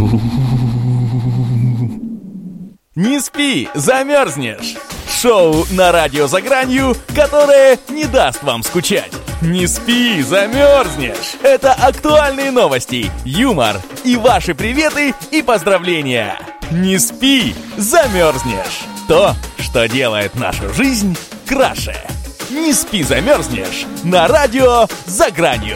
Не спи, замерзнешь! Шоу на радио «За гранью», которое не даст вам скучать. Не спи, замерзнешь! Это актуальные новости, юмор и ваши приветы и поздравления. Не спи, замерзнешь! То, что делает нашу жизнь краше. Не спи, замерзнешь! На радио «За гранью».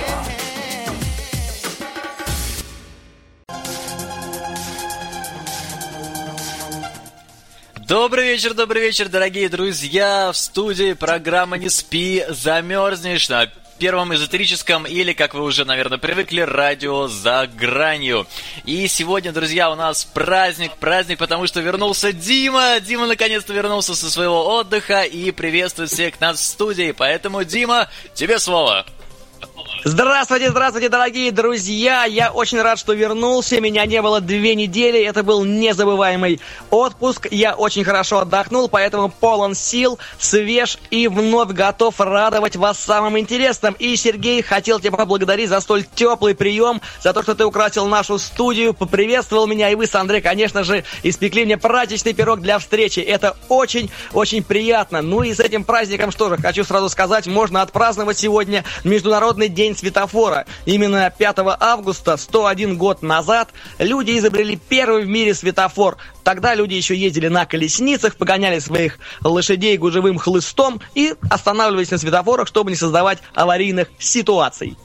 Добрый вечер, дорогие друзья! В студии программа «Не спи, замерзнешь» на первом эзотерическом или, как вы уже, наверное, привыкли, радио «За гранью». И сегодня, друзья, у нас праздник, потому что вернулся Дима. Дима наконец-то вернулся со своего отдыха и приветствует всех нас в студии. Поэтому, Дима, тебе слово. Здравствуйте, дорогие друзья! Я очень рад, что вернулся. Меня не было 2 недели. Это был незабываемый отпуск. Я очень хорошо отдохнул, поэтому полон сил, свеж и вновь готов радовать вас самым интересным. И, Сергей, хотел тебя поблагодарить за столь теплый прием, за то, что ты украсил нашу студию, поприветствовал меня. И вы с Андреем, конечно же, испекли мне праздничный пирог для встречи. Это очень-очень приятно. Ну и с этим праздником, что же, хочу сразу сказать, можно отпраздновать сегодня Международный день светофора. Именно 5 августа, 101 год назад, люди изобрели первый в мире светофор. Тогда люди еще ездили на колесницах, погоняли своих лошадей гужевым хлыстом и останавливались на светофорах, чтобы не создавать аварийных ситуаций.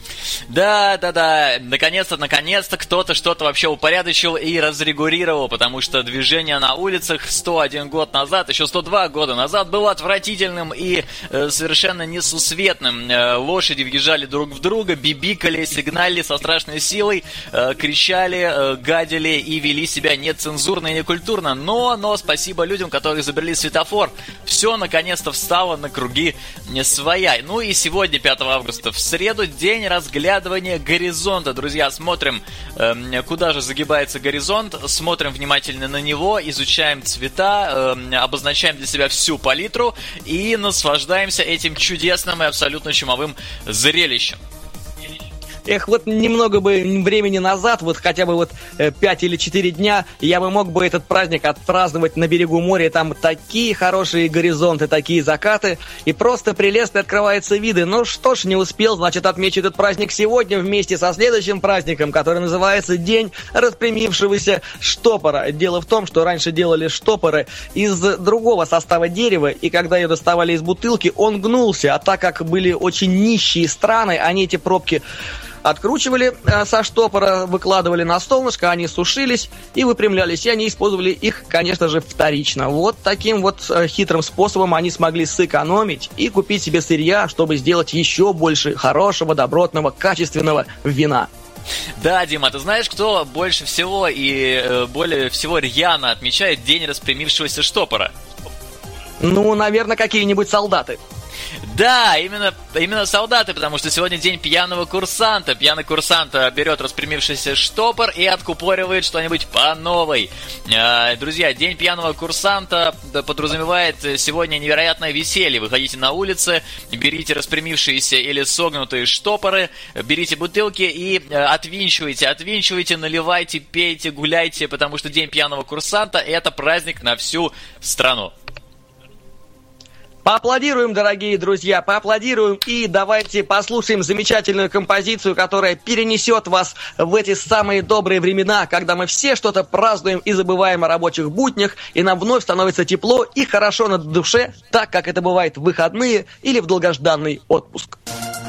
Да, наконец-то кто-то что-то вообще упорядочил и разрегулировал, потому что движение на улицах 101 год назад, еще 102 года назад было отвратительным и совершенно несусветным. Лошади въезжали друг в друга, бибикали, сигналили со страшной силой, кричали, гадили и вели себя нецензурно и некультурно. Но спасибо людям, которые изобрели светофор, все наконец-то встало на круги своя. Ну и сегодня, 5 августа, в среду, день разглядывания горизонта. Друзья, смотрим, куда же загибается горизонт, смотрим внимательно на него, изучаем цвета, обозначаем для себя всю палитру и наслаждаемся этим чудесным и абсолютно чумовым зрелищем. Эх, вот немного бы времени назад, вот хотя бы вот 5 или 4 дня, я бы мог бы этот праздник отпраздновать на берегу моря. Там такие хорошие горизонты, такие закаты, и просто прелестно открываются виды. Ну что ж, не успел, значит, отмечу этот праздник сегодня вместе со следующим праздником, который называется День распрямившегося штопора. Дело в том, что раньше делали штопоры из другого состава дерева, и когда ее доставали из бутылки, он гнулся. А так как были очень нищие страны, они эти пробки откручивали со штопора, выкладывали на солнышко, они сушились и выпрямлялись, и они использовали их, конечно же, вторично. Вот таким вот хитрым способом они смогли сэкономить и купить себе сырья, чтобы сделать еще больше хорошего, добротного, качественного вина. Да, Дима, ты знаешь, кто больше всего и более всего рьяно отмечает День распрямившегося штопора? Ну, наверное, какие-нибудь солдаты. Да, именно солдаты, потому что сегодня день пьяного курсанта. Пьяный курсант берет распрямившийся штопор и откупоривает что-нибудь по новой. Друзья, день пьяного курсанта подразумевает сегодня невероятное веселье. Выходите на улицы, берите распрямившиеся или согнутые штопоры, берите бутылки и отвинчивайте, наливайте, пейте, гуляйте, потому что день пьяного курсанта – это праздник на всю страну. Поаплодируем, дорогие друзья, поаплодируем и давайте послушаем замечательную композицию, которая перенесет вас в эти самые добрые времена, когда мы все что-то празднуем и забываем о рабочих буднях, и нам вновь становится тепло и хорошо на душе, так как это бывает в выходные или в долгожданный отпуск.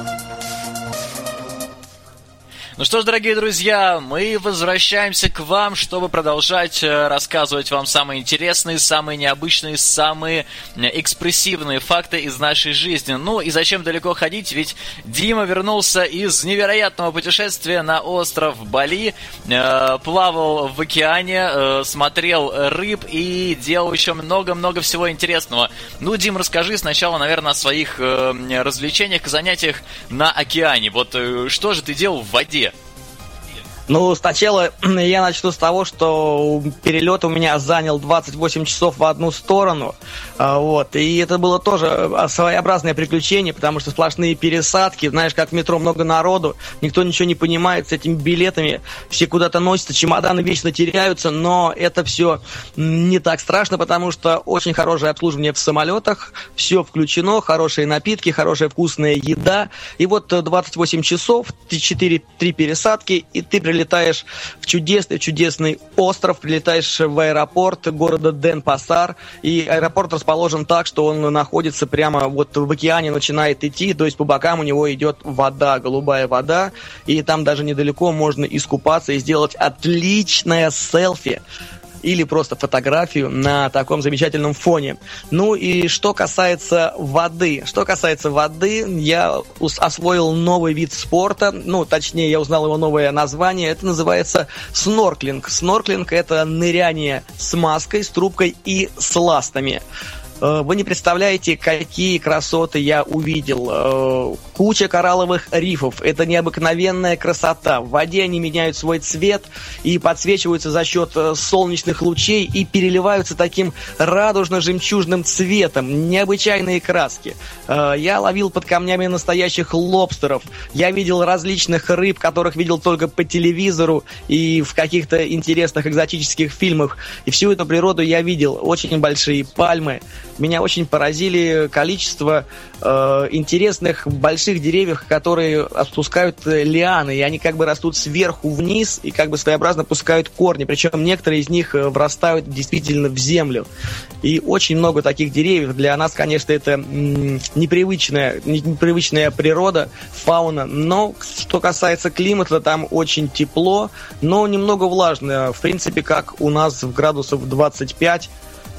Ну что ж, дорогие друзья, мы возвращаемся к вам, чтобы продолжать рассказывать вам самые интересные, самые необычные, самые экспрессивные факты из нашей жизни. Ну и зачем далеко ходить, ведь Дима вернулся из невероятного путешествия на остров Бали, плавал в океане, смотрел рыб и делал еще много-много всего интересного. Ну, Дим, расскажи сначала, наверное, о своих развлечениях, занятиях на океане. Вот что же ты делал в воде? Ну, сначала я начну с того, что перелет у меня занял 28 часов в одну сторону. Вот. И это было тоже своеобразное приключение, потому что сплошные пересадки. Знаешь, как в метро много народу, никто ничего не понимает с этими билетами. Все куда-то носятся, чемоданы вечно теряются, но это все не так страшно, потому что очень хорошее обслуживание в самолетах, все включено, хорошие напитки, хорошая вкусная еда. И вот 28 часов, 3 пересадки, и ты прилетаешь в чудесный остров, прилетаешь в аэропорт города Денпасар, и аэропорт расположен так, что он находится прямо вот в океане, начинает идти, то есть по бокам у него идет вода, голубая вода, и там даже недалеко можно искупаться и сделать отличное селфи или просто фотографию на таком замечательном фоне. Ну и что касается воды. Я освоил новый вид спорта, точнее, я узнал его новое название. Это называется снорклинг. Снорклинг – это ныряние с маской, с трубкой и с ластами. Вы не представляете, какие красоты я увидел. Куча коралловых рифов. Это необыкновенная красота. В воде они меняют свой цвет и подсвечиваются за счет солнечных лучей и переливаются таким радужно-жемчужным цветом. Необычайные краски. Я ловил под камнями настоящих лобстеров. Я видел различных рыб, которых видел только по телевизору и в каких-то интересных экзотических фильмах. И всю эту природу я видел. Очень большие пальмы. Меня очень поразили количество интересных больших деревьев, которые отпускают лианы, и они как бы растут сверху вниз и как бы своеобразно пускают корни, причем некоторые из них врастают действительно в землю. И очень много таких деревьев. Для нас, конечно, это непривычная природа, фауна, но что касается климата, там очень тепло, но немного влажно, в принципе, как у нас в градусов 25.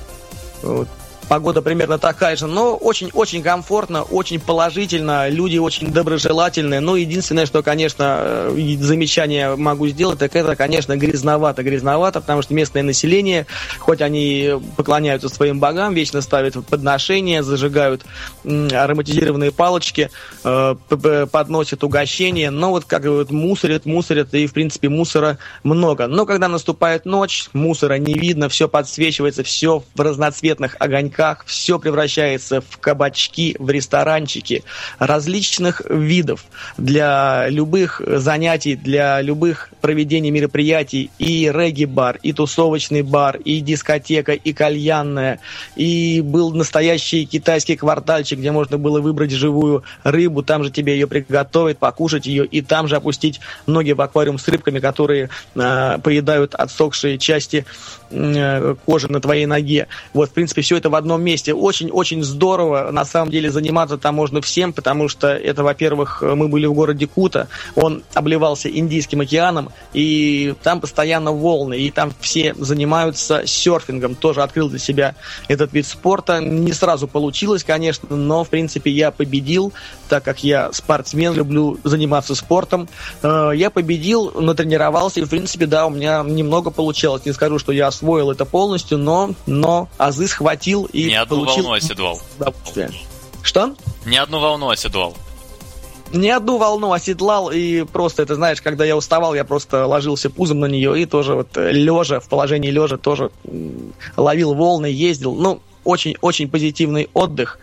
Погода примерно такая же, но очень-очень комфортно, очень положительно, люди очень доброжелательные. Но единственное, что, конечно, замечание могу сделать, так это, конечно, грязновато, потому что местное население, хоть они поклоняются своим богам, вечно ставят подношения, зажигают ароматизированные палочки, подносят угощения, но вот как вот мусорят, и, в принципе, мусора много. Но когда наступает ночь, мусора не видно, все подсвечивается, все в разноцветных огоньках, все превращается в кабачки, в ресторанчики различных видов для любых занятий, для любых проведений мероприятий. И регги-бар, и тусовочный бар, и дискотека, и кальянная. И был настоящий китайский квартальчик, где можно было выбрать живую рыбу, там же тебе ее приготовят, покушать ее, и там же опустить ноги в аквариум с рыбками, которые поедают отсохшие части кожи на твоей ноге. Вот, в принципе, все это в одном месте. Очень-очень здорово. На самом деле заниматься там можно всем, потому что это, во-первых, мы были в городе Кута, он обливался Индийским океаном, и там постоянно волны, и там все занимаются серфингом. Тоже открыл для себя этот вид спорта. Не сразу получилось, конечно, но, в принципе, я победил, так как я спортсмен, люблю заниматься спортом. Я победил, натренировался, и, в принципе, да, у меня немного получалось. Не скажу, что я освоил это полностью, но азы схватил и не одну получил волну оседлал. Что? Не одну волну оседлал. Не одну волну оседлал, и просто, это знаешь, когда я уставал, я просто ложился пузом на нее и тоже вот лежа, в положении лежа тоже ловил волны, ездил. Ну, очень-очень позитивный отдых.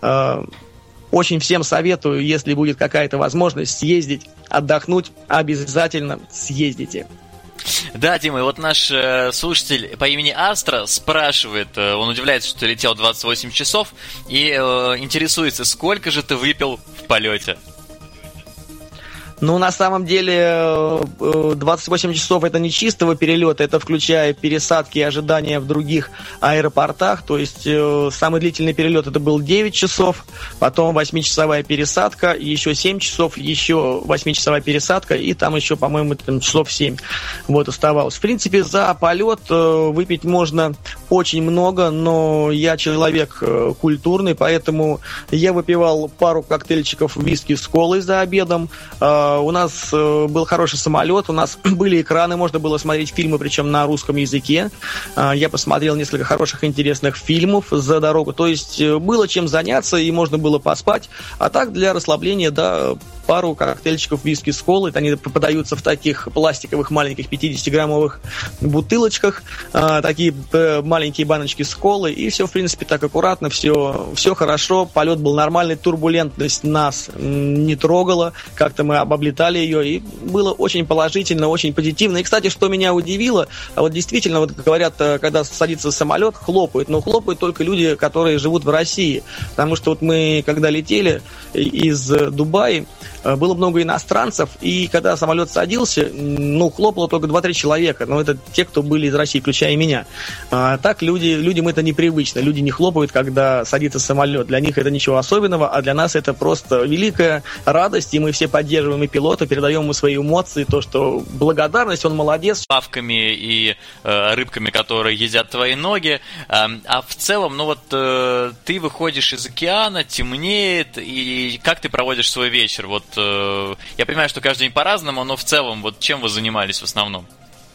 Очень всем советую, если будет какая-то возможность съездить, отдохнуть, обязательно съездите. Да, Дима, и вот наш слушатель по имени Астра спрашивает, он удивляется, что ты летел 28 часов, и интересуется, сколько же ты выпил в полете? Ну, на самом деле, 28 часов это не чистого перелета, это включая пересадки и ожидания в других аэропортах. То есть, самый длительный перелет это был 9 часов, потом 8-часовая пересадка, еще 7 часов, еще 8-часовая пересадка, и там еще, по-моему, там часов 7 вот оставалось. В принципе, за полет выпить можно очень много, но я человек культурный, поэтому я выпивал пару коктейльчиков виски с колой за обедом. У нас был хороший самолет, у нас были экраны, можно было смотреть фильмы, причем на русском языке. Я посмотрел несколько хороших, интересных фильмов за дорогу. То есть было чем заняться, и можно было поспать. А так, для расслабления, да, пару коктейльчиков виски с колой. Они подаются в таких пластиковых маленьких 50-граммовых бутылочках, такие маленькие баночки с колой, и все, в принципе, так аккуратно, все хорошо. Полет был нормальный, турбулентность нас не трогала, как-то мы облетали ее, и было очень положительно, очень позитивно. И, кстати, что меня удивило, вот действительно, вот говорят, когда садится самолет, хлопают, но хлопают только люди, которые живут в России, потому что вот мы, когда летели из Дубая, было много иностранцев, и когда самолет садился, хлопало только 2-3 человека, но это те, кто были из России, включая меня. А так людям это непривычно, люди не хлопают, когда садится самолет, для них это ничего особенного, а для нас это просто великая радость, и мы все поддерживаем и пилота, передаем ему свои эмоции, то, что благодарность, он молодец. Плавками и рыбками, которые едят твои ноги, а в целом, ты выходишь из океана, темнеет, и как ты проводишь свой вечер? Вот я понимаю, что каждый день по-разному, но в целом, вот чем вы занимались в основном?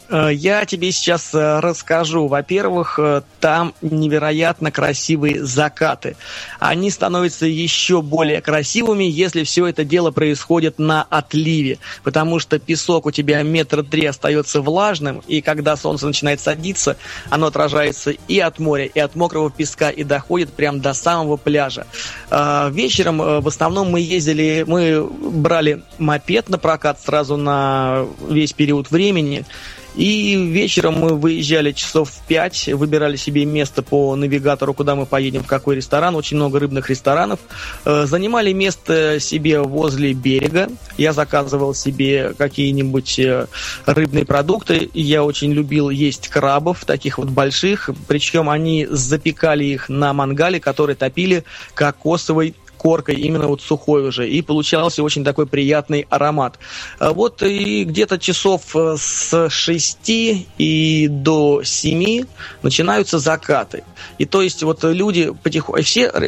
Я тебе сейчас расскажу. Во-первых, там невероятно красивые закаты. Они становятся еще более красивыми, если все это дело происходит на отливе, потому что песок у тебя 3 метра остается влажным, и когда солнце начинает садиться, оно отражается и от моря, и от мокрого песка, и доходит прямо до самого пляжа. Вечером в основном мы брали мопед на прокат сразу на весь период времени. И вечером мы выезжали часов в 5, выбирали себе место по навигатору, куда мы поедем, в какой ресторан. Очень много рыбных ресторанов. Занимали место себе возле берега. Я заказывал себе какие-нибудь рыбные продукты. Я очень любил есть крабов, таких вот больших. Причем они запекали их на мангале, который топили кокосовой коркой, именно вот сухой уже, и получался очень такой приятный аромат. Вот и где-то часов с 6 и до 7 начинаются закаты. И то есть вот люди потихоньку,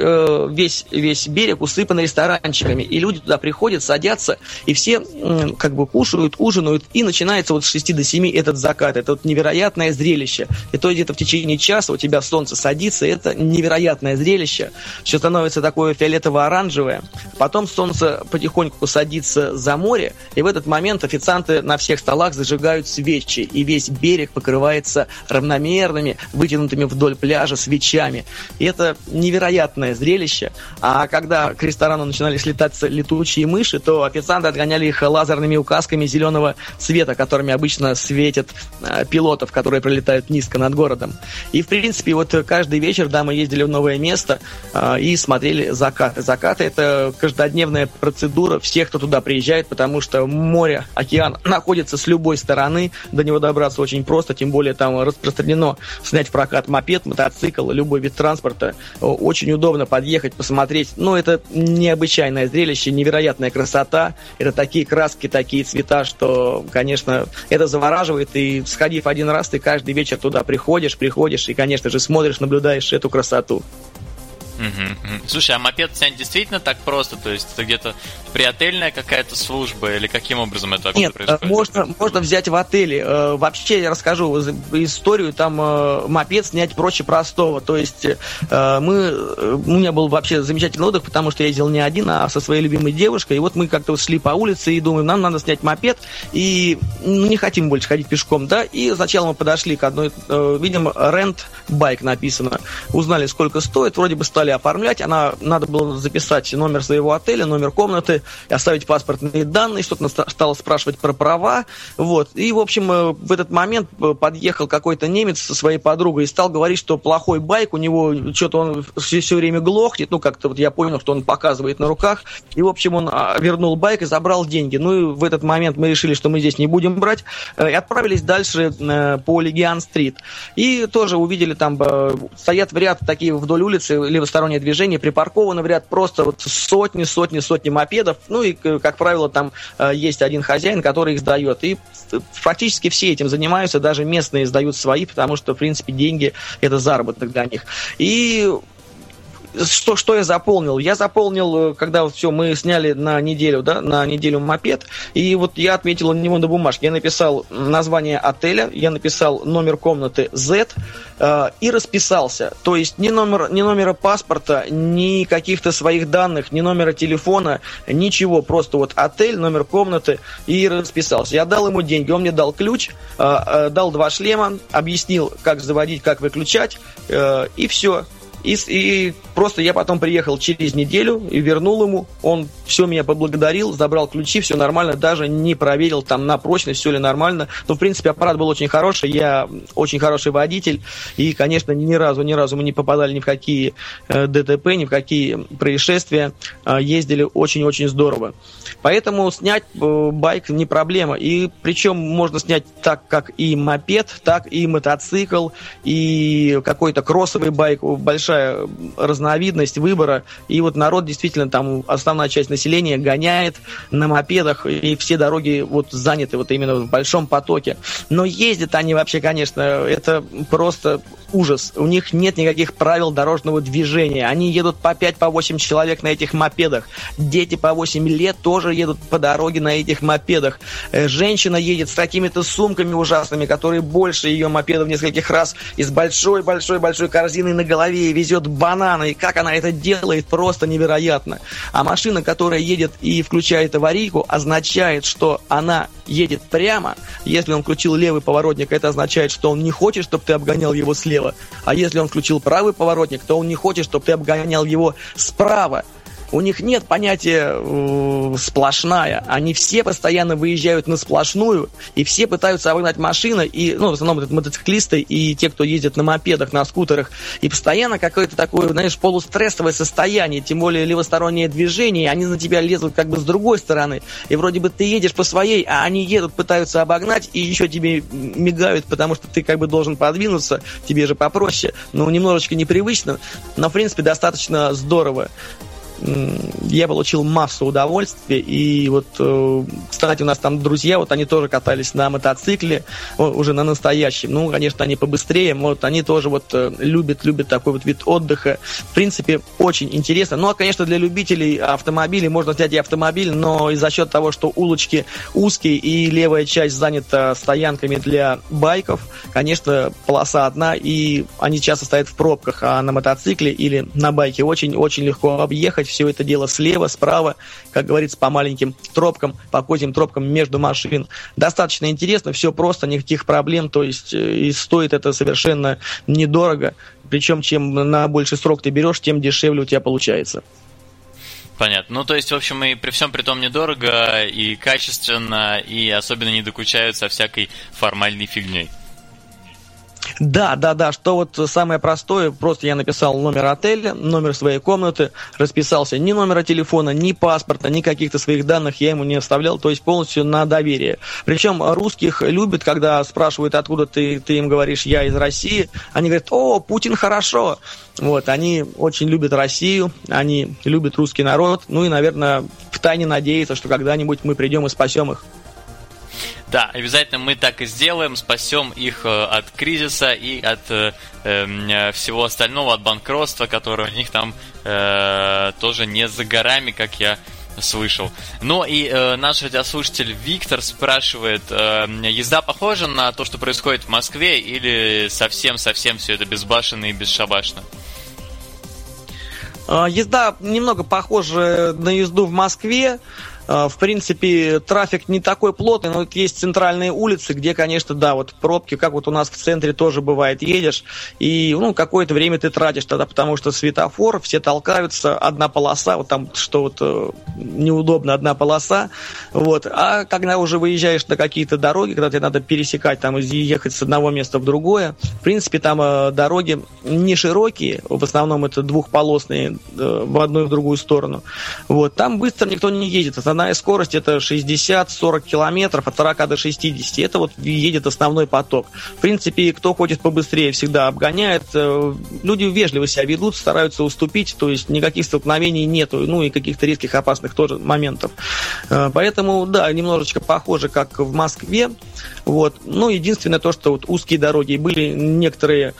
весь берег усыпан ресторанчиками, и люди туда приходят, садятся, и все кушают, ужинают, и начинается вот с 6 до 7 этот закат. Это вот невероятное зрелище. И то где-то в течение часа у тебя солнце садится, и это невероятное зрелище. Все становится такое фиолетово-оранжевое. Потом солнце потихоньку садится за море, и в этот момент официанты на всех столах зажигают свечи, и весь берег покрывается равномерными, вытянутыми вдоль пляжа свечами. И это невероятное зрелище. А когда к ресторану начинали слетаться летучие мыши, то официанты отгоняли их лазерными указками зеленого цвета, которыми обычно светят пилотов, которые пролетают низко над городом. И, в принципе, вот каждый вечер, мы ездили в новое место и смотрели закаты. Закаты — это каждодневная процедура всех, кто туда приезжает, потому что море, океан находится с любой стороны, до него добраться очень просто, тем более там распространено снять в прокат мопед, мотоцикл, любой вид транспорта. Очень удобно подъехать, посмотреть. Это необычайное зрелище, невероятная красота. Это такие краски, такие цвета, что, конечно, это завораживает. И сходив один раз, ты каждый вечер туда приходишь и, конечно же, смотришь, наблюдаешь эту красоту. Слушай, а мопед снять действительно так просто? То есть это где-то приотельная какая-то служба, или каким образом это вообще происходит? Нет, можно взять в отеле. Вообще, я расскажу историю, там мопед снять проще простого. То есть у меня был вообще замечательный отдых, потому что я ездил не один, а со своей любимой девушкой. И вот мы как-то шли по улице и думаем, нам надо снять мопед, и не хотим больше ходить пешком, да? И сначала мы подошли к одной, видим, рент-байк написано. Узнали, сколько стоит, вроде бы стали оформлять, надо было записать номер своего отеля, номер комнаты, оставить паспортные данные, что-то стало спрашивать про права, и, в общем, в этот момент подъехал какой-то немец со своей подругой и стал говорить, что плохой байк, у него что-то он все время глохнет, как-то я понял, что он показывает на руках, и, в общем, он вернул байк и забрал деньги. И в этот момент мы решили, что мы здесь не будем брать, и отправились дальше по Легиан-стрит. И тоже увидели, там стоят в ряд такие вдоль улицы, левосторонние движение, припарковано в ряд просто сотни мопедов, и, как правило, там есть один хозяин, который их сдает, и практически все этим занимаются, даже местные сдают свои, потому что, в принципе, деньги — это заработок для них. И Что я заполнил? Я заполнил, когда вот все, мы сняли на неделю мопед, и вот я отметил на него на бумажке. Я написал название отеля, я написал номер комнаты Z и расписался. То есть ни номера паспорта, ни каких-то своих данных, ни номера телефона, ничего. Просто вот отель, номер комнаты и расписался. Я дал ему деньги, он мне дал ключ, дал 2 шлема, объяснил, как заводить, как выключать, и все. И просто я потом приехал через неделю и вернул ему. Он все меня поблагодарил, забрал ключи, все нормально, даже не проверил там на прочность, все ли нормально. Но, в принципе, аппарат был очень хороший, я очень хороший водитель. И, конечно, ни разу мы не попадали ни в какие ДТП, ни в какие происшествия. Ездили очень-очень здорово. Поэтому снять байк не проблема. И причем можно снять так, как и мопед, так и мотоцикл, и какой-то кроссовый байк. Большая разновидность выбора. И вот народ действительно, там основная часть населения гоняет на мопедах, и все дороги вот заняты вот именно в большом потоке. Но ездят они вообще, конечно, это просто ужас. У них нет никаких правил дорожного движения. Они едут по 5-8 человек на этих мопедах. Дети по 8 лет тоже едут по дороге на этих мопедах. Женщина едет с какими-то сумками ужасными, которые больше ее мопеда в нескольких раз, и с большой-большой-большой корзиной на голове, везет бананы. И как она это делает, просто невероятно. А машина, которая едет и включает аварийку, означает, что она едет прямо. Если он включил левый поворотник, это означает, что он не хочет, чтобы ты обгонял его слева. А если он включил правый поворотник, то он не хочет, чтобы ты обгонял его справа. У них нет понятия сплошная. Они все постоянно выезжают на сплошную, и все пытаются обогнать машины, и, в основном это мотоциклисты и те, кто ездит на мопедах, на скутерах. И постоянно какое-то такое, полустрессовое состояние, тем более левостороннее движение, они на тебя лезут как бы с другой стороны. И вроде бы ты едешь по своей, а они едут, пытаются обогнать, и еще тебе мигают, потому что ты как бы должен подвинуться, тебе же попроще. Немножечко непривычно, но, в принципе, достаточно здорово. Я получил массу удовольствия. И вот, кстати, у нас там друзья, вот они тоже катались на мотоцикле, уже на настоящем. Конечно, они побыстрее, они тоже любят такой вот вид отдыха. В принципе, очень интересно. Конечно, для любителей автомобилей можно взять и автомобиль, но и за счет того, что улочки узкие и левая часть занята стоянками для байков, конечно, полоса одна, и они часто стоят в пробках, а на мотоцикле или на байке очень-очень легко объехать. Все это дело слева, справа, как говорится, по маленьким тропкам, по козьим тропкам между машин. Достаточно интересно, все просто, никаких проблем, то есть и стоит это совершенно недорого. Причем, чем на больший срок ты берешь, тем дешевле у тебя получается. Понятно. То есть, в общем, и при всем при том недорого, и качественно, и особенно не докучают со всякой формальной фигней. Да, что вот самое простое, просто я написал номер отеля, номер своей комнаты, расписался, ни номера телефона, ни паспорта, ни каких-то своих данных я ему не оставлял, то есть полностью на доверие. Причем русских любят, когда спрашивают, откуда ты им говоришь, я из России, они говорят, Путин хорошо. Они очень любят Россию, они любят русский народ, и, наверное, втайне надеются, что когда-нибудь мы придем и спасем их. Да, обязательно мы так и сделаем, спасем их от кризиса и от всего остального, от банкротства, которое у них там тоже не за горами, как я слышал. И наш радиослушатель Виктор спрашивает, езда похожа на то, что происходит в Москве, или совсем-совсем все это безбашенно и бесшабашно? Езда немного похожа на езду в Москве. В принципе, трафик не такой плотный, но есть центральные улицы, где, конечно, пробки, как у нас в центре тоже бывает, едешь, и, какое-то время ты тратишь тогда, потому что светофор, все толкаются, одна полоса, неудобно, одна полоса, а когда уже выезжаешь на какие-то дороги, когда тебе надо пересекать, и ехать с одного места в другое, в принципе, там дороги не широкие, в основном это двухполосные, в одну и в другую сторону, там быстро никто не едет, основная скорость это 60-40 километров, от 40 до 60. Это вот едет основной поток. В принципе, кто хочет побыстрее, всегда обгоняет. Люди вежливо себя ведут, стараются уступить, то есть никаких столкновений нету, ну и каких-то резких опасных тоже моментов. Поэтому, да, немножечко похоже, как в Москве. Вот. Ну, единственное то, что вот узкие дороги. Были некоторые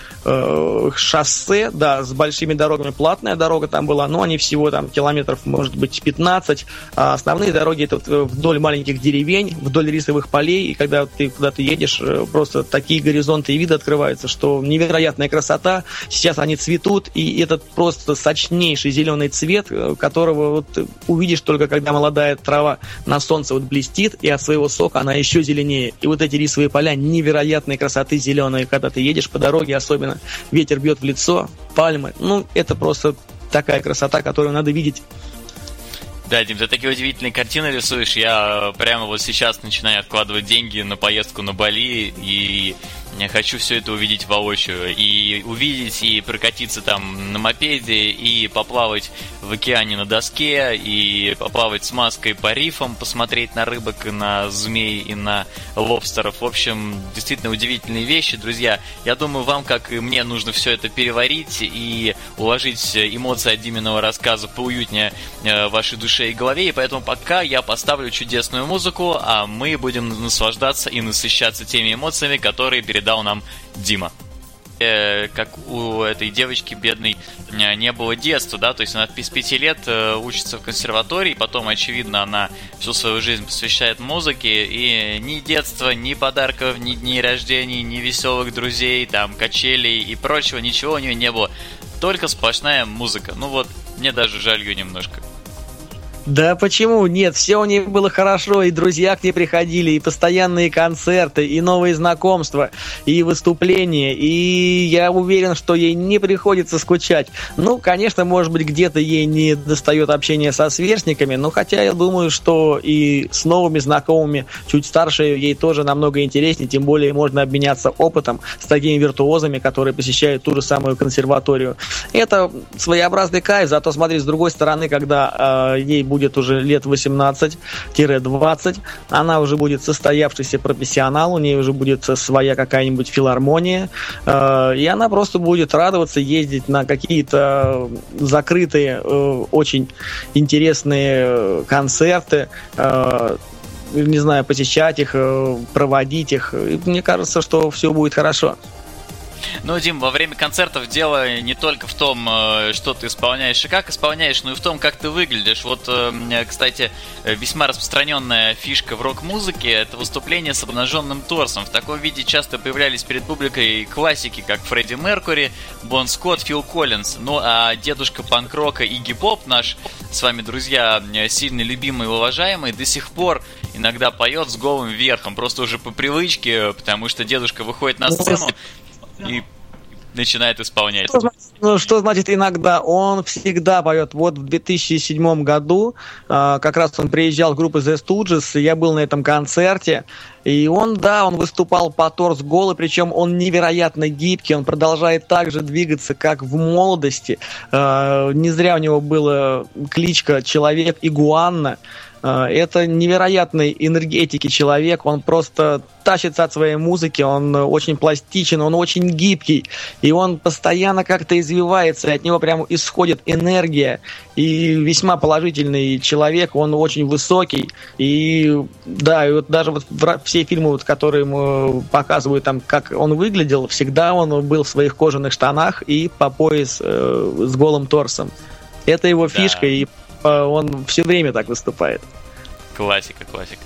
шоссе, да, с большими дорогами. Платная дорога там была, но они всего там километров, может быть, 15. А основные дороги это вот вдоль маленьких деревень, вдоль рисовых полей. И когда ты куда-то едешь, просто такие горизонты и виды открываются, что невероятная красота. Сейчас они цветут, и этот просто сочнейший зеленый цвет, которого вот увидишь только когда молодая трава на солнце вот блестит, и от своего сока она еще зеленее. И вот эти рисовые поля невероятной красоты зеленые, когда ты едешь по дороге, особенно ветер бьет в лицо, пальмы. Ну, это просто такая красота, которую надо видеть. Да, Дим, ты такие удивительные картины рисуешь. Я прямо вот сейчас начинаю откладывать деньги на поездку на Бали, и я хочу все это увидеть воочию. И увидеть, и прокатиться там на мопеде, и поплавать в океане на доске, и поплавать с маской по рифам, посмотреть на рыбок, и на змей, и на лобстеров. В общем, действительно удивительные вещи, друзья. Я думаю, вам, как и мне, нужно все это переварить и уложить эмоции от Диминого рассказа поуютнее в вашей душе и голове, и поэтому пока я поставлю чудесную музыку, а мы будем наслаждаться и насыщаться теми эмоциями, которые передал нам Дима. Как у этой девочки бедной не было детства, да, то есть она с 5 лет учится в консерватории, потом, очевидно, она всю свою жизнь посвящает музыке, и ни детства, ни подарков, ни дней рождения, ни веселых друзей, там, качелей и прочего, ничего у нее не было, только сплошная музыка. Ну вот, мне даже жаль ее немножко. Да почему? Нет, все у нее было хорошо, и друзья к ней приходили, и постоянные концерты, и новые знакомства, и выступления, и я уверен, что ей не приходится скучать. Ну, конечно, может быть, где-то ей не достает общения со сверстниками, но хотя я думаю, что и с новыми знакомыми, чуть старше, ей тоже намного интереснее, тем более можно обменяться опытом с такими виртуозами, которые посещают ту же самую консерваторию. Это своеобразный кайф, зато смотри, с другой стороны, когда ей будет уже лет 18-20, она уже будет состоявшийся профессионал, у нее уже будет своя какая-нибудь филармония, и она просто будет радоваться ездить на какие-то закрытые, очень интересные концерты, не знаю, посещать их, проводить их. И мне кажется, что все будет хорошо. Ну, Дим, во время концертов дело не только в том, что ты исполняешь и как исполняешь, но и в том, как ты выглядишь. Вот, кстати, весьма распространенная фишка в рок-музыке – это выступление с обнаженным торсом. В таком виде часто появлялись перед публикой классики, как Фредди Меркьюри, Бон Скотт, Фил Коллинз. Ну, а дедушка панк-рока Игги Поп, наш с вами, друзья, сильно любимый и уважаемый, до сих пор иногда поет с голым верхом, просто уже по привычке, потому что дедушка выходит на сцену и начинает исполнять. Что значит иногда? Он всегда поет. Вот в 2007 году как раз он приезжал в группу The Stooges, и я был на этом концерте. И он выступал по торс голый, причем он невероятно гибкий, он продолжает так же двигаться, как в молодости. Не зря у него была кличка «Человек-игуанна». Это невероятной энергетики человек, он просто тащится от своей музыки, он очень пластичен, он очень гибкий, и он постоянно как-то извивается, и от него прямо исходит энергия, и весьма положительный человек, он очень высокий, и да, и вот даже вот все фильмы, вот, которые ему показывают, там, как он выглядел, всегда он был в своих кожаных штанах и по пояс с голым торсом. Это его фишка, и он все время так выступает. Классика.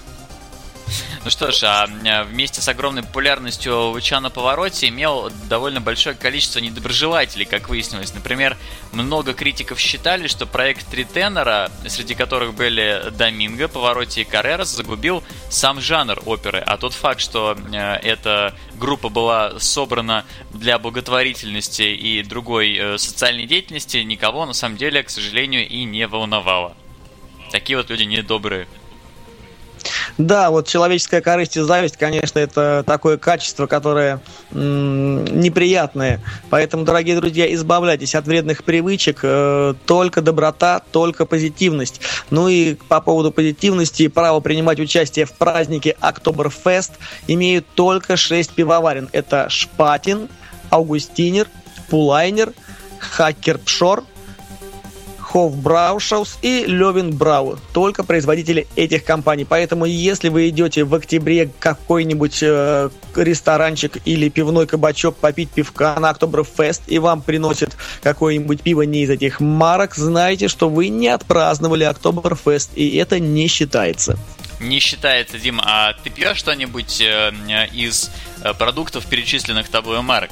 Ну что ж, а вместе с огромной популярностью Лучано Паваротти имел довольно большое количество недоброжелателей, как выяснилось. Например, много критиков считали, что проект «Три тенора», среди которых были Доминго, Паваротти и Каррерас, загубил сам жанр оперы. А тот факт, что эта группа была собрана для благотворительности и другой социальной деятельности, никого на самом деле, к сожалению, и не волновало. Такие вот люди недобрые. Да, вот человеческая корысть и зависть, конечно, это такое качество, которое неприятное. Поэтому, дорогие друзья, избавляйтесь от вредных привычек. Только доброта, только позитивность. Ну и по поводу позитивности, право принимать участие в празднике Октоберфест имеют только 6 пивоварен. Это Шпатин, Аугустинер, Пулайнер, Хакерпшор, Хофбраушаус и Левенбрау. Только производители этих компаний. Поэтому, если вы идете в октябре в какой-нибудь ресторанчик или пивной кабачок попить пивка на Октоберфест, и вам приносят какое-нибудь пиво не из этих марок, знайте, что вы не отпраздновали Октоберфест, и это не считается. Не считается, Дим. А ты пьешь что-нибудь из продуктов, перечисленных тобой марок?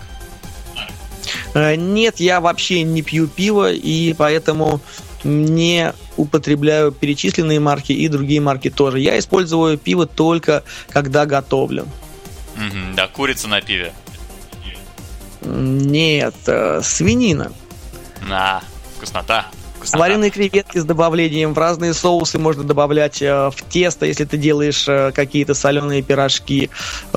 Нет, я вообще не пью пиво, и поэтому не употребляю перечисленные марки и другие марки тоже. Я использую пиво только когда готовлю. Да, курица на пиве. Нет, свинина. Вкуснота. Вареные креветки с добавлением в разные соусы можно добавлять в тесто, если ты делаешь какие-то соленые пирожки.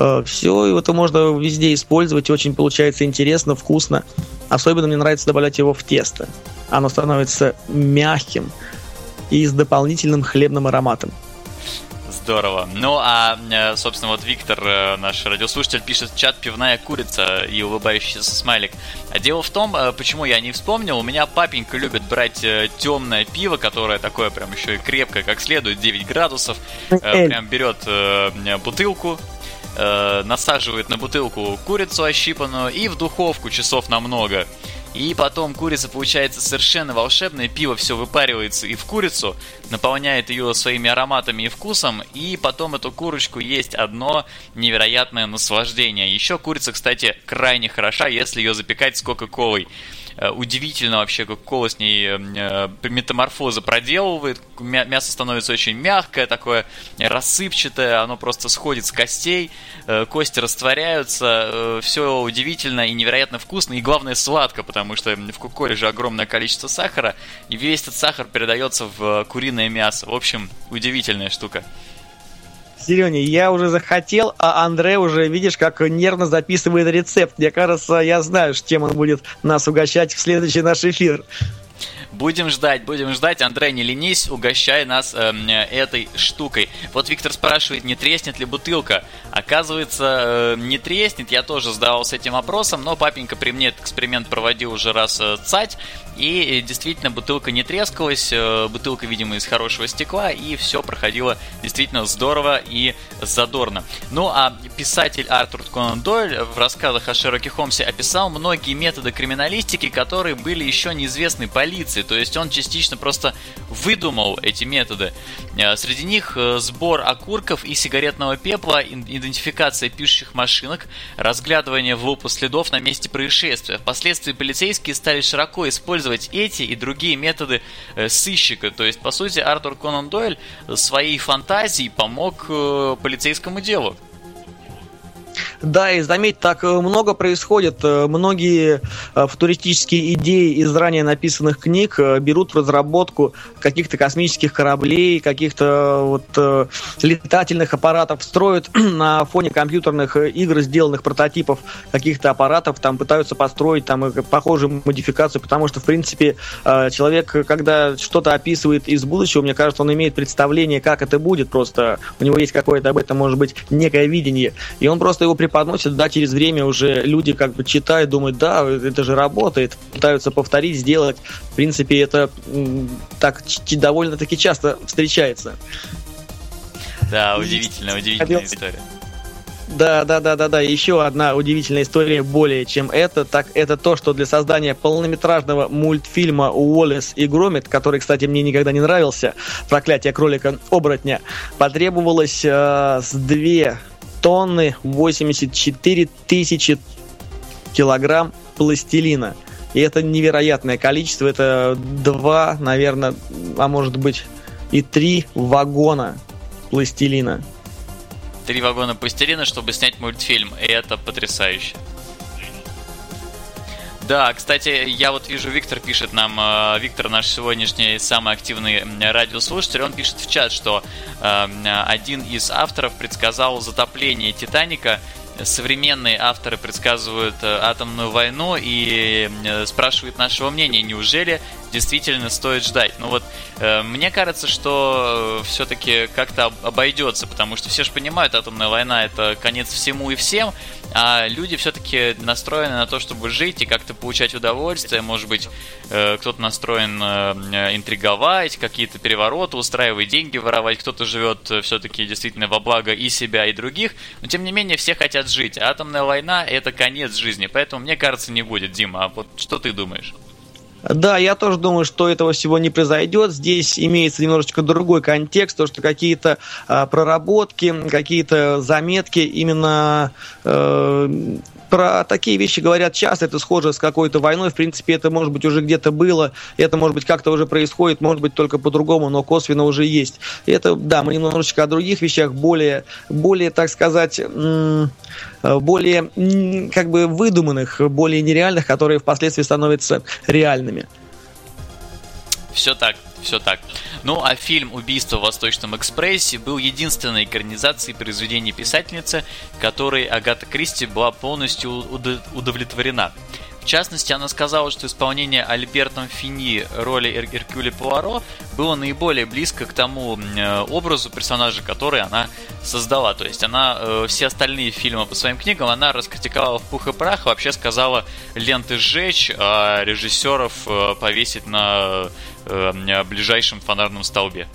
Все это можно везде использовать, очень получается интересно, вкусно. Особенно мне нравится добавлять его в тесто. Оно становится мягким и с дополнительным хлебным ароматом. Здорово. Ну, а, собственно, вот Виктор, наш радиослушатель, пишет: чат «Пивная курица» и улыбающийся смайлик. А дело в том, почему я не вспомнил, у меня папенька любит брать темное пиво, которое такое прям еще и крепкое, как следует, 9 градусов. Прям берет бутылку, насаживает на бутылку курицу ощипанную и в духовку часов на много. И потом курица получается совершенно волшебная, пиво все выпаривается и в курицу, наполняет ее своими ароматами и вкусом, и потом эту курочку есть одно невероятное наслаждение. Еще курица, кстати, крайне хороша, если ее запекать с кока-колой. Удивительно вообще, как кола с ней метаморфозы проделывает. Мясо становится очень мягкое, такое рассыпчатое, оно просто сходит с костей, кости растворяются, все удивительно и невероятно вкусно, и главное сладко, потому что в кока-коле же огромное количество сахара, и весь этот сахар передается в куриное мясо. В общем, удивительная штука. Серёня, я уже захотел, а Андре уже, видишь, как нервно записывает рецепт. Мне кажется, я знаю, чем он будет нас угощать в следующий наш эфир. Будем ждать. Андрей, не ленись, угощай нас этой штукой. Вот Виктор спрашивает, не треснет ли бутылка. Оказывается, не треснет. Я тоже задавался этим вопросом, но папенька при мне этот эксперимент проводил уже раз цать. И действительно, бутылка не трескалась. Бутылка, видимо, из хорошего стекла. И все проходило действительно здорово и задорно. Ну, а писатель Артур Конан Дойль в рассказах о Шерлоке Холмсе описал многие методы криминалистики, которые были еще неизвестны полиции. То есть он частично просто выдумал эти методы. Среди них сбор окурков и сигаретного пепла, идентификация пишущих машинок, разглядывание в лупу следов на месте происшествия. Впоследствии полицейские стали широко использовать эти и другие методы сыщика. То есть, по сути, Артур Конан Дойль своей фантазией помог полицейскому делу. Да, и заметь, так много происходит. Многие футуристические идеи из ранее написанных книг берут в разработку каких-то космических кораблей, каких-то вот летательных аппаратов, строят на фоне компьютерных игр, сделанных прототипов каких-то аппаратов, там пытаются построить там похожую модификацию, потому что, в принципе, человек, когда что-то описывает из будущего, мне кажется, он имеет представление, как это будет, просто у него есть какое-то об этом, может быть, некое видение, и он просто его преподносит, да, через время уже люди как бы читают, думают, да, это же работает, пытаются повторить, сделать. В принципе, это так довольно-таки часто встречается. Да, удивительная история. Да. Еще одна удивительная история, более чем это, так это то, что для создания полнометражного мультфильма «Уоллес и Громит», который, кстати, мне никогда не нравился, «Проклятие кролика-оборотня», потребовалось с 2 тонны 84 тысячи килограмм пластилина. И это невероятное количество. Это 2, наверное, а может быть и 3 вагона пластилина. 3 вагона пластилина, чтобы снять мультфильм. И это потрясающе. Да, кстати, я вот вижу, Виктор пишет нам, Виктор, наш сегодняшний самый активный радиослушатель, он пишет в чат, что один из авторов предсказал затопление «Титаника». Современные авторы предсказывают атомную войну и спрашивают нашего мнения, неужели действительно стоит ждать. Ну вот, мне кажется, что все-таки как-то обойдется, потому что все же понимают, атомная война — это конец всему и всем, а люди все-таки настроены на то, чтобы жить и как-то получать удовольствие. Может быть, кто-то настроен интриговать, какие-то перевороты устраивать, деньги воровать, кто-то живет все-таки действительно во благо и себя, и других, но тем не менее все хотят жить. А атомная война — это конец жизни, поэтому, мне кажется, не будет. Дима, а вот что ты думаешь? Да, я тоже думаю, что этого всего не произойдет. Здесь имеется немножечко другой контекст, то, что какие-то проработки, какие-то заметки именно про такие вещи говорят часто, это схоже с какой-то войной, в принципе, это, может быть, уже где-то было, это, может быть, как-то уже происходит, может быть, только по-другому, но косвенно уже есть. Это, да, мы немножечко о других вещах, более, так сказать, более, как бы, выдуманных, более нереальных, которые впоследствии становятся реальными. Все так. Ну, а фильм «Убийство в Восточном экспрессе» был единственной экранизацией произведения писательницы, которой Агата Кристи была полностью удовлетворена. В частности, она сказала, что исполнение Альбертом Фини роли Эркюля Пуаро было наиболее близко к тому образу персонажа, который она создала. То есть она все остальные фильмы по своим книгам она раскритиковала в пух и прах, вообще сказала ленты сжечь, а режиссеров повесить на ближайшем фонарном столбе.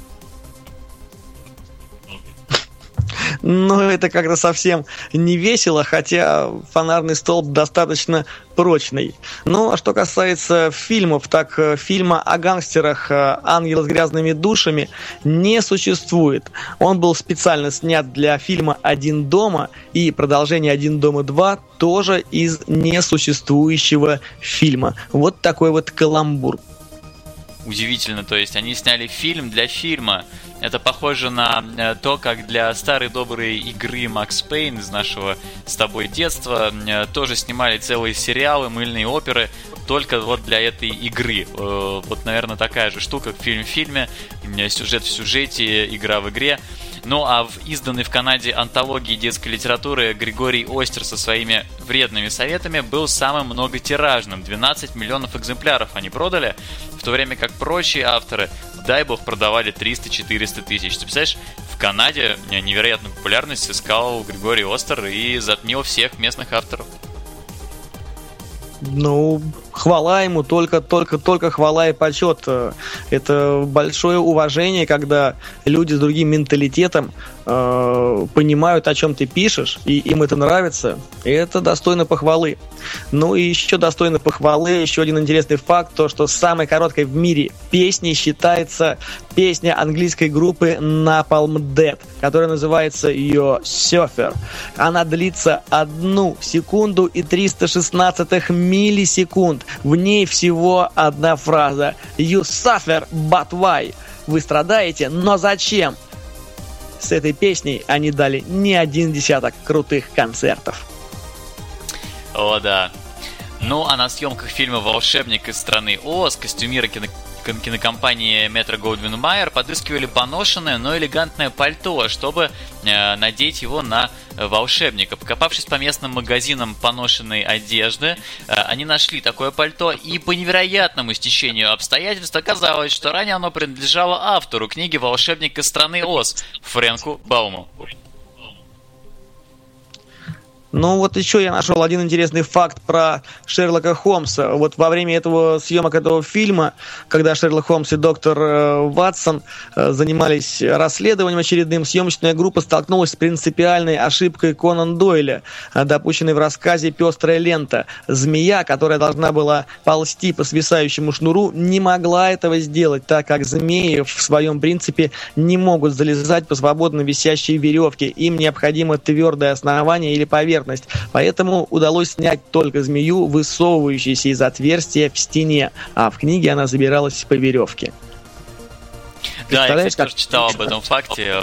Ну, это как-то совсем не весело, хотя фонарный столб достаточно прочный. Ну, а что касается фильмов, так фильма о гангстерах «Ангелы с грязными душами» не существует. Он был специально снят для фильма «Один дома», и продолжение «Один дома 2» тоже из несуществующего фильма. Вот такой вот каламбур. Удивительно, то есть они сняли фильм для фильма. Это похоже на то, как для старой доброй игры Макс Пейн из нашего с тобой детства тоже снимали целые сериалы, мыльные оперы, только вот для этой игры. Вот, наверное, такая же штука, фильм в фильме, сюжет в сюжете, игра в игре. Ну а в изданной в Канаде антологии детской литературы Григорий Остер со своими вредными советами был самым многотиражным. 12 миллионов экземпляров они продали, в то время как прочие авторы, дай бог, продавали 300-400 тысяч. Ты представляешь, в Канаде невероятную популярность искал Григорий Остер и затмил всех местных авторов. Ну, хвала ему, только хвала и почет. Это большое уважение, когда люди с другим менталитетом понимают, о чем ты пишешь, и им это нравится, и это достойно похвалы. Ну и еще достойно похвалы, еще один интересный факт, то, что самой короткой в мире песней считается песня английской группы Napalm Death, которая называется Your Surfer. Она длится 1 секунду и 316 миллисекунд. В ней всего одна фраза: You suffer, but why? Вы страдаете, но зачем? С этой песней они дали не один десяток крутых концертов. О, да. Ну, а на съемках фильма «Волшебник из страны Оз» костюмеры кинокомпании Метро-Голдвин-Майер подыскивали поношенное, но элегантное пальто, чтобы надеть его на волшебника. Покопавшись по местным магазинам поношенной одежды, они нашли такое пальто, и по невероятному стечению обстоятельств оказалось, что ранее оно принадлежало автору книги «Волшебник из страны Оз» Фрэнку Бауму. Ну, вот еще я нашел один интересный факт про Шерлока Холмса. Вот во время съемок этого фильма, когда Шерлок Холмс и доктор Ватсон занимались расследованием очередным, съемочная группа столкнулась с принципиальной ошибкой Конан Дойля, допущенной в рассказе «Пестрая лента». Змея, которая должна была ползти по свисающему шнуру, не могла этого сделать, так как змеи в своем принципе не могут залезать по свободно висящей веревке. Им необходимо твердое основание или поверхность. Поэтому удалось снять только змею, высовывающуюся из отверстия в стене, а в книге она забиралась по веревке. Да, я, кстати, тоже читал об этом факте. Вот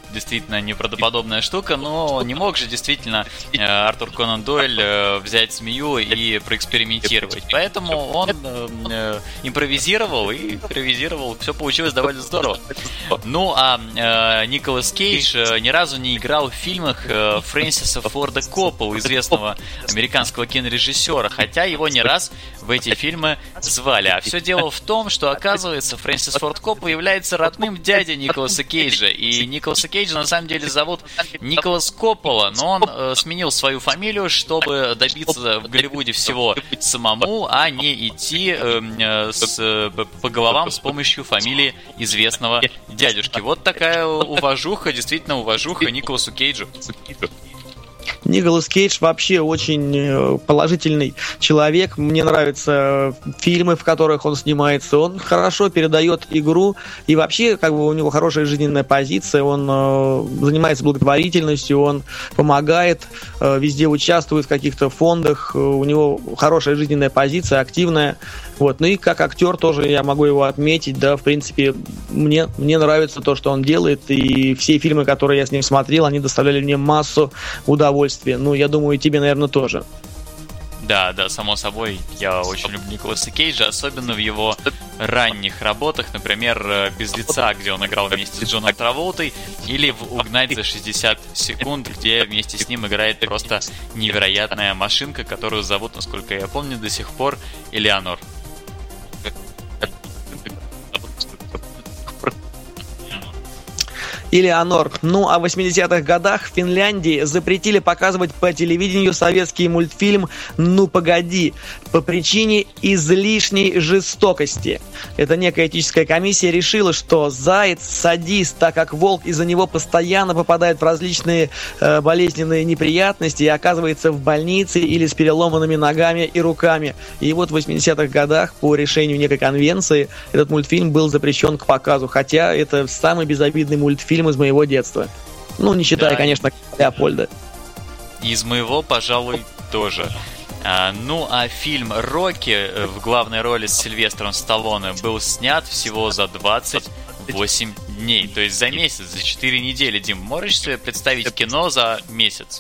действительно неправдоподобная штука, но не мог же действительно Артур Конан Дойль взять змею и проэкспериментировать. Поэтому он импровизировал, все получилось довольно здорово. Ну, а Николас Кейдж ни разу не играл в фильмах Фрэнсиса Форда Копполы, известного американского кинорежиссера, хотя его не раз в эти фильмы звали. А все дело в том, что, оказывается, Фрэнсис Форд Коппола является родным дядей Николаса Кейджа. И Николаса Кейджа на самом деле зовут Николас Коппола, но он сменил свою фамилию, чтобы добиться в Голливуде всего самому, а не идти по головам с помощью фамилии известного дядюшки. Вот такая уважуха, действительно уважуха Николасу Кейджу. Николас Кейдж вообще очень положительный человек. Мне нравятся фильмы, в которых он снимается. Он хорошо передает игру. И вообще, как бы, у него хорошая жизненная позиция. Он занимается благотворительностью, он помогает, везде участвует в каких-то фондах. У него хорошая жизненная позиция, активная. Вот. Ну и как актер тоже я могу его отметить. Да, в принципе, мне нравится то, что он делает. И все фильмы, которые я с ним смотрел, они доставляли мне массу удовольствия. Ну, я думаю, и тебе, наверное, тоже. Да, само собой. Я очень люблю Николаса Кейджа, особенно в его ранних работах, например, «Без лица», где он играл вместе с Джоном Траволтой, или в «Угнать за 60 секунд», где вместе с ним играет просто невероятная машинка, которую зовут, насколько я помню, до сих пор Элеонор. Элеонор. Ну, а в 80-х годах в Финляндии запретили показывать по телевидению советский мультфильм «Ну, погоди!» по причине излишней жестокости. Эта некая этическая комиссия решила, что заяц садист, так как волк из-за него постоянно попадает в различные болезненные неприятности и оказывается в больнице или с переломанными ногами и руками. И вот в 80-х годах по решению некой конвенции этот мультфильм был запрещен к показу, хотя это самый безобидный мультфильм из моего детства. Ну, не считая, да, конечно, Леопольда. Из моего, пожалуй, тоже. Ну, а фильм «Рокки» в главной роли с Сильвестром Сталлоне был снят всего за 28 дней. То есть за месяц, за 4 недели. Дим, можешь себе представить кино за месяц?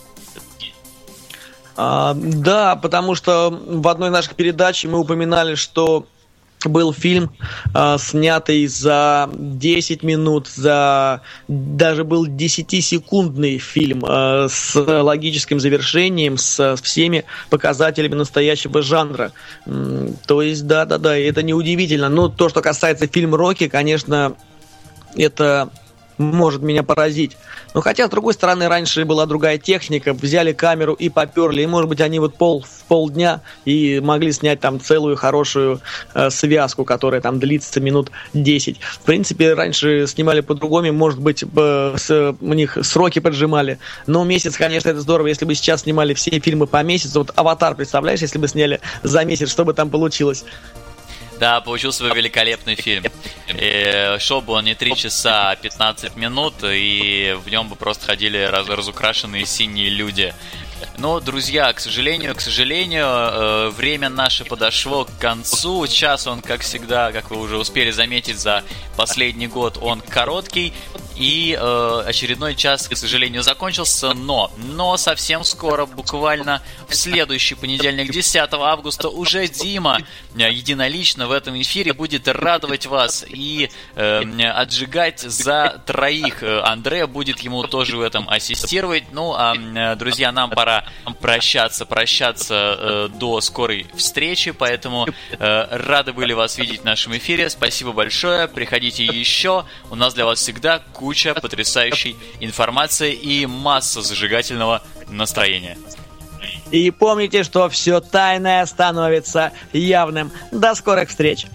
Да, потому что в одной из наших передач мы упоминали, что был фильм, снятый за 10 минут, даже был 10-секундный фильм с логическим завершением, с всеми показателями настоящего жанра. То есть, да, это неудивительно. Но то, что касается фильма «Рокки», конечно, это может меня поразить. Но хотя, с другой стороны, раньше была другая техника, взяли камеру и поперли, и, может быть, они вот полдня и могли снять там целую хорошую связку, которая там длится минут 10. В принципе, раньше снимали по-другому, может быть, у них сроки поджимали, но месяц, конечно, это здорово. Если бы сейчас снимали все фильмы по месяцу, вот «Аватар», представляешь, если бы сняли за месяц, что бы там получилось? Да, получился бы великолепный фильм. Шел бы он не 3 часа, а 15 минут, и в нем бы просто ходили разукрашенные синие люди. Но, друзья, к сожалению, время наше подошло к концу. Час он, как всегда, как вы уже успели заметить, за последний год он короткий. И очередной час, к сожалению, закончился, но совсем скоро, буквально в следующий понедельник, 10 августа, уже Дима единолично в этом эфире будет радовать вас и отжигать за троих. Андре будет ему тоже в этом ассистировать. Ну, а, друзья, нам пора прощаться до скорой встречи, поэтому рады были вас видеть в нашем эфире. Спасибо большое, приходите еще, у нас для вас всегда куча потрясающей информации и масса зажигательного настроения. И помните, что все тайное становится явным. До скорых встреч!